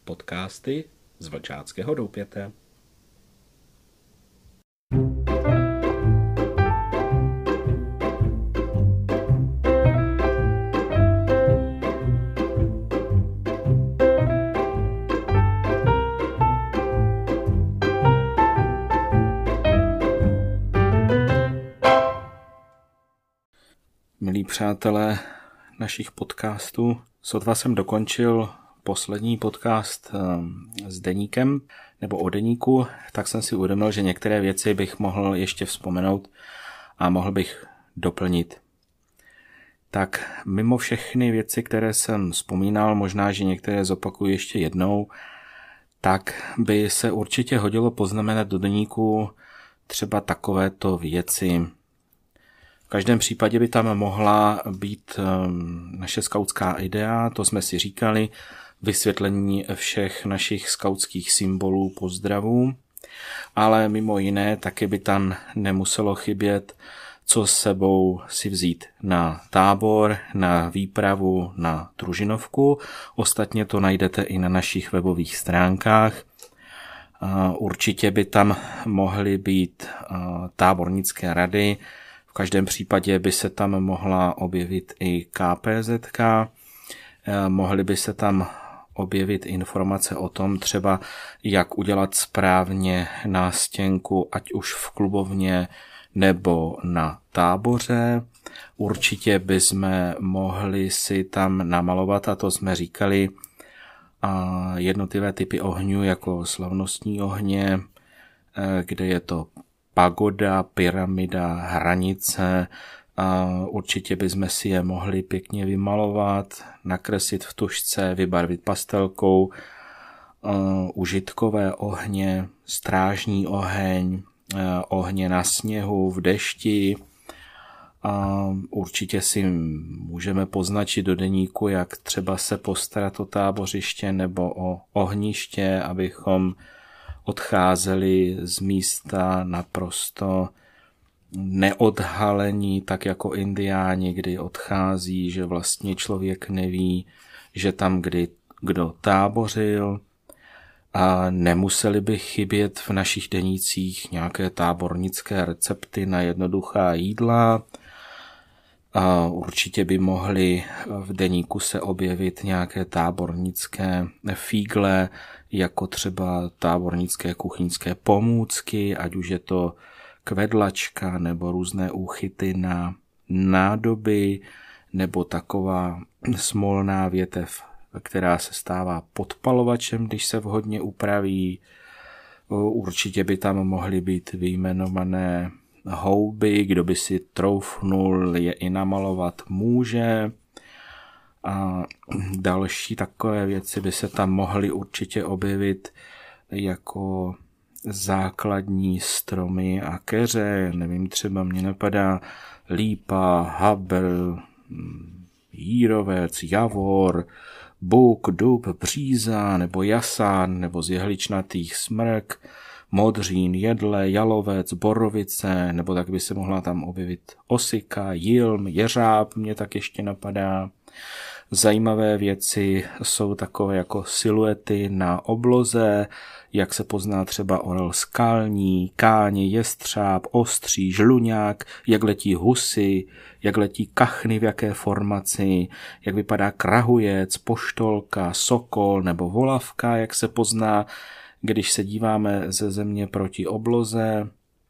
Podcasty z Vlčáckého doupěte. Milí přátelé našich podcastů, sotva jsem dokončil poslední podcast s deníkem nebo o deníku, tak jsem si uvědomil, že některé věci bych mohl ještě vzpomenout a mohl bych doplnit. Tak mimo všechny věci, které jsem vzpomínal, možná, že některé zopakuju ještě jednou, tak by se určitě hodilo poznamenat do deníku třeba takovéto věci. V každém případě by tam mohla být naše skautská idea, to jsme si říkali, vysvětlení všech našich skautských symbolů, pozdravů, ale mimo jiné taky by tam nemuselo chybět, co s sebou si vzít na tábor, na výpravu, na družinovku. Ostatně to najdete i na našich webových stránkách. Určitě by tam mohly být tábornické rady, v každém případě by se tam mohla objevit i KPZK, mohly by se tam objevit informace o tom třeba, jak udělat správně nástěnku, ať už v klubovně nebo na táboře. Určitě bychom mohli si tam namalovat, a to jsme říkali, jednotlivé typy ohňů jako slavnostní ohně, kde je to pagoda, pyramida, hranice. Určitě bychom si je mohli pěkně vymalovat, nakreslit v tužce, vybarvit pastelkou, užitkové ohně, strážní oheň, ohně na sněhu, v dešti. Určitě si můžeme poznačit do deníku, jak třeba se postarat o tábořiště nebo o ohniště, abychom odcházeli z místa naprosto neodhalení, tak jako indiáni, kdy odchází, že vlastně člověk neví, že tam kdo tábořil, a nemuseli by chybět v našich denících nějaké tábornické recepty na jednoduchá jídla. A určitě by mohly v deníku se objevit nějaké tábornické fígle, jako třeba tábornické kuchyňské pomůcky, ať už je to kvedlačka nebo různé úchyty na nádoby, nebo taková smolná větev, která se stává podpalovačem, když se vhodně upraví. Určitě by tam mohly být vyjmenované houby, kdo by si troufnul je i namalovat může. A další takové věci by se tam mohly určitě objevit jako základní stromy a keře. Nevím, třeba mě napadá lípa, habr, jírovec, javor, buk, dub, bříza nebo jasán nebo z jehličnatých smrk, modřín, jedle, jalovec, borovice, nebo tak by se mohla tam objevit osika, jilm, jeřáb, mě tak ještě napadá. Zajímavé věci jsou takové jako siluety na obloze, jak se pozná třeba orel skalní, káně, jestřáb, ostří, žluňák, jak letí husy, jak letí kachny v jaké formaci, jak vypadá krahujec, poštolka, sokol nebo volavka, jak se pozná, když se díváme ze země proti obloze.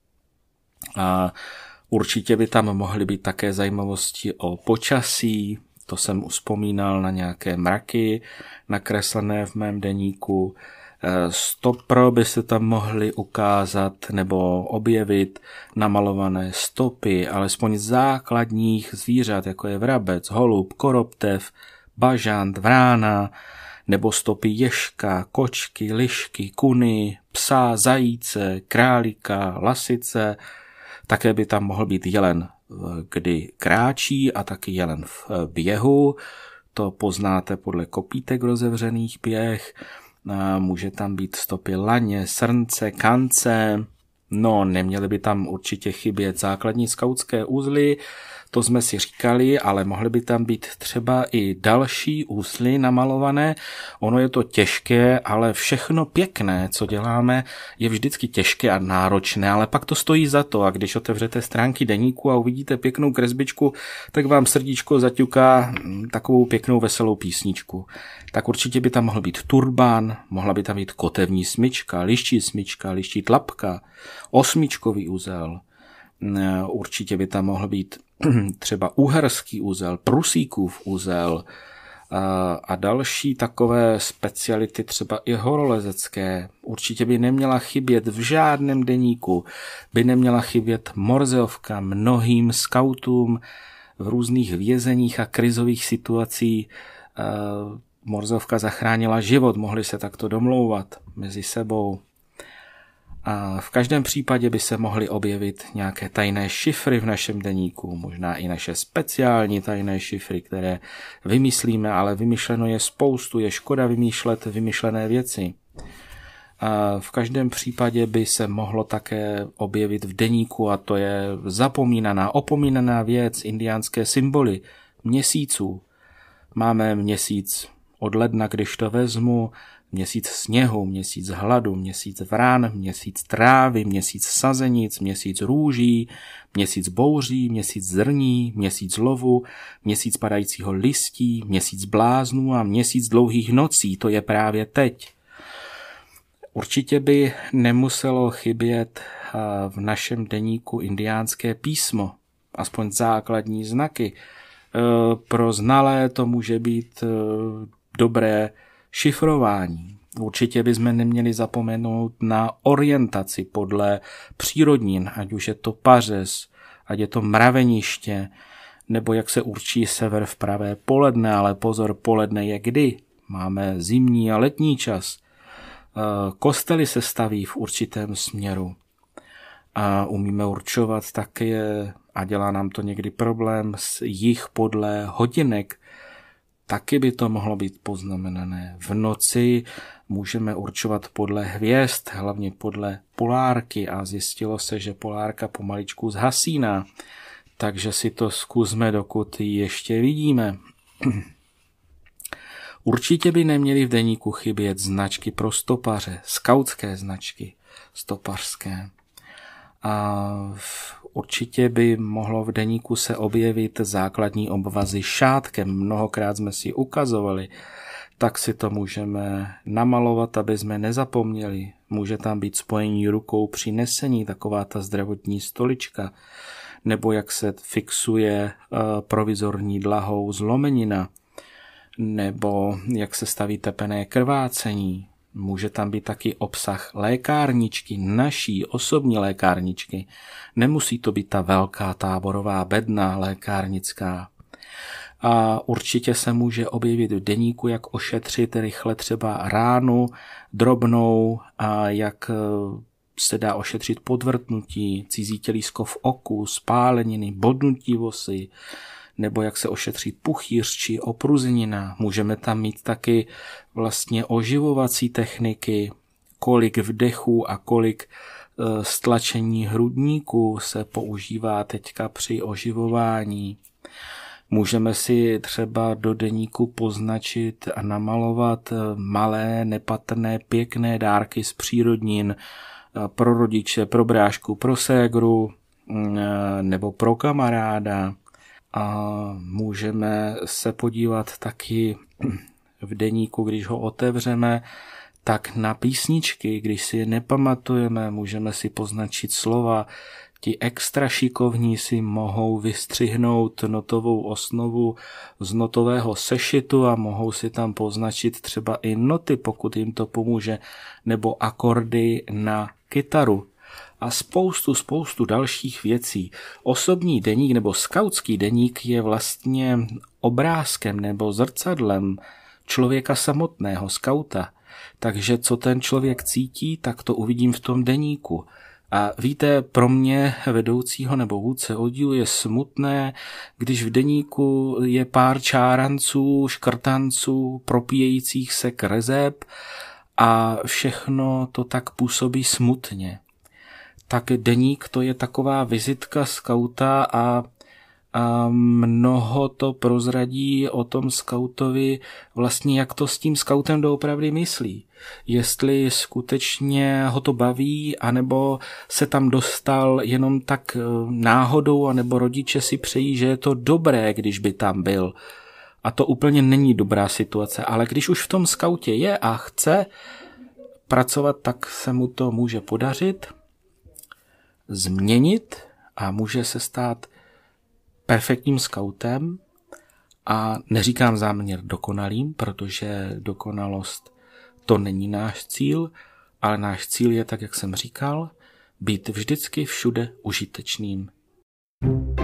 A určitě by tam mohly být také zajímavosti o počasí. To jsem vzpomínal na nějaké mraky nakreslené v mém deníku. Stopro by se tam mohly ukázat nebo objevit namalované stopy, alespoň základních zvířat, jako je vrabec, holub, koroptev, bažant, vrána, nebo stopy ježka, kočky, lišky, kuny, psa, zajíce, králíka, lasice. Také by tam mohl být jelen, kdy kráčí, a taky jelen v běhu. To poznáte podle kopítek rozevřených běh. Může tam být stopy laně, srnce, kance. No, neměly by tam určitě chybět základní skautské uzly. To jsme si říkali, ale mohly by tam být třeba i další úsly namalované. Ono je to těžké, ale všechno pěkné, co děláme, je vždycky těžké a náročné, ale pak to stojí za to. A když otevřete stránky deníku a uvidíte pěknou kresbičku, tak vám srdíčko zaťuká takovou pěknou veselou písničku. Tak určitě by tam mohl být turbán, mohla by tam být kotevní smyčka, liští tlapka, osmičkový úzel. Určitě by tam mohl být třeba uherský úzel, Prusíkův úzel a další takové speciality, třeba i horolezecké. Určitě by neměla chybět v žádném deníku, by neměla chybět Morzeovka mnohým skautům v různých vězeních a krizových situacích. Morzeovka zachránila život, mohli se takto domlouvat mezi sebou. A v každém případě by se mohly objevit nějaké tajné šifry v našem deníku, možná i naše speciální tajné šifry, které vymyslíme, ale vymyšleno je spoustu, je škoda vymýšlet vymyšlené věci. A v každém případě by se mohlo také objevit v deníku, a to je zapomínaná, opomínaná věc, indiánské symboly měsíců. Máme měsíc od ledna, když to vezmu, měsíc sněhu, měsíc hladu, měsíc vran, měsíc trávy, měsíc sazenic, měsíc růží, měsíc bouří, měsíc zrní, měsíc lovu, měsíc padajícího listí, měsíc bláznů a měsíc dlouhých nocí, to je právě teď. Určitě by nemuselo chybět v našem deníku indiánské písmo, aspoň základní znaky. Pro znalé to může být dobré šifrování. Určitě bychom neměli zapomenout na orientaci podle přírodnin, ať už je to pařez, ať je to mraveniště, nebo jak se určí sever v pravé poledne, ale pozor, poledne je kdy. Máme zimní a letní čas. Kostely se staví v určitém směru. A umíme určovat také, a dělá nám to někdy problém, s jich podle hodinek. Taky by to mohlo být poznamenané. V noci můžeme určovat podle hvězd, hlavně podle polárky, a zjistilo se, že polárka pomaličku zhasíná. Takže si to zkusme, dokud ji ještě vidíme. Určitě by neměly v deníku chybět značky pro stopaře, skautské značky stopařské. A určitě by mohlo v deníku se objevit základní obvazy šátkem. Mnohokrát jsme si ukazovali, tak si to můžeme namalovat, aby jsme nezapomněli. Může tam být spojení rukou při nesení, taková ta zdravotní stolička, nebo jak se fixuje provizorní dlahou zlomenina, nebo jak se staví tepené krvácení. Může tam být taky obsah lékárničky, naší osobní lékárničky. Nemusí to být ta velká táborová bedna lékárnická. A určitě se může objevit v deníku, jak ošetřit rychle třeba ránu drobnou a jak se dá ošetřit podvrtnutí, cizí tělísko v oku, spáleniny, bodnutí vosy, nebo jak se ošetřit puchýř či opruzenina. Můžeme tam mít taky vlastně oživovací techniky, kolik vdechů a kolik stlačení hrudníku se používá teďka při oživování. Můžeme si třeba do deníku poznačit a namalovat malé, nepatrné, pěkné dárky z přírodnin pro rodiče, pro brášku, pro ségru nebo pro kamaráda. A můžeme se podívat taky v deníku, když ho otevřeme, tak na písničky, když si je nepamatujeme, můžeme si poznačit slova. Ti extra šikovní si mohou vystřihnout notovou osnovu z notového sešitu a mohou si tam poznačit třeba i noty, pokud jim to pomůže, nebo akordy na kytaru. A spoustu dalších věcí. Osobní deník nebo skautský deník je vlastně obrázkem nebo zrcadlem člověka samotného, skauta. Takže co ten člověk cítí, tak to uvidím v tom deníku. A víte, pro mě, vedoucího nebo vůdce oddílu, je smutné, když v deníku je pár čáranců, škrtanců, propíjejících se kreseb a všechno to tak působí smutně. Tak deník to je taková vizitka skauta a a mnoho to prozradí o tom skautovi vlastně, jak to s tím skautem doopravdy myslí. Jestli skutečně ho to baví, anebo se tam dostal jenom tak náhodou, anebo rodiče si přejí, že je to dobré, když by tam byl. A to úplně není dobrá situace, ale když už v tom skautě je a chce pracovat, tak se mu to může podařit, změnit a může se stát perfektním skautem a neříkám záměr dokonalým, protože dokonalost to není náš cíl, ale náš cíl je, tak jak jsem říkal, být vždycky všude užitečným.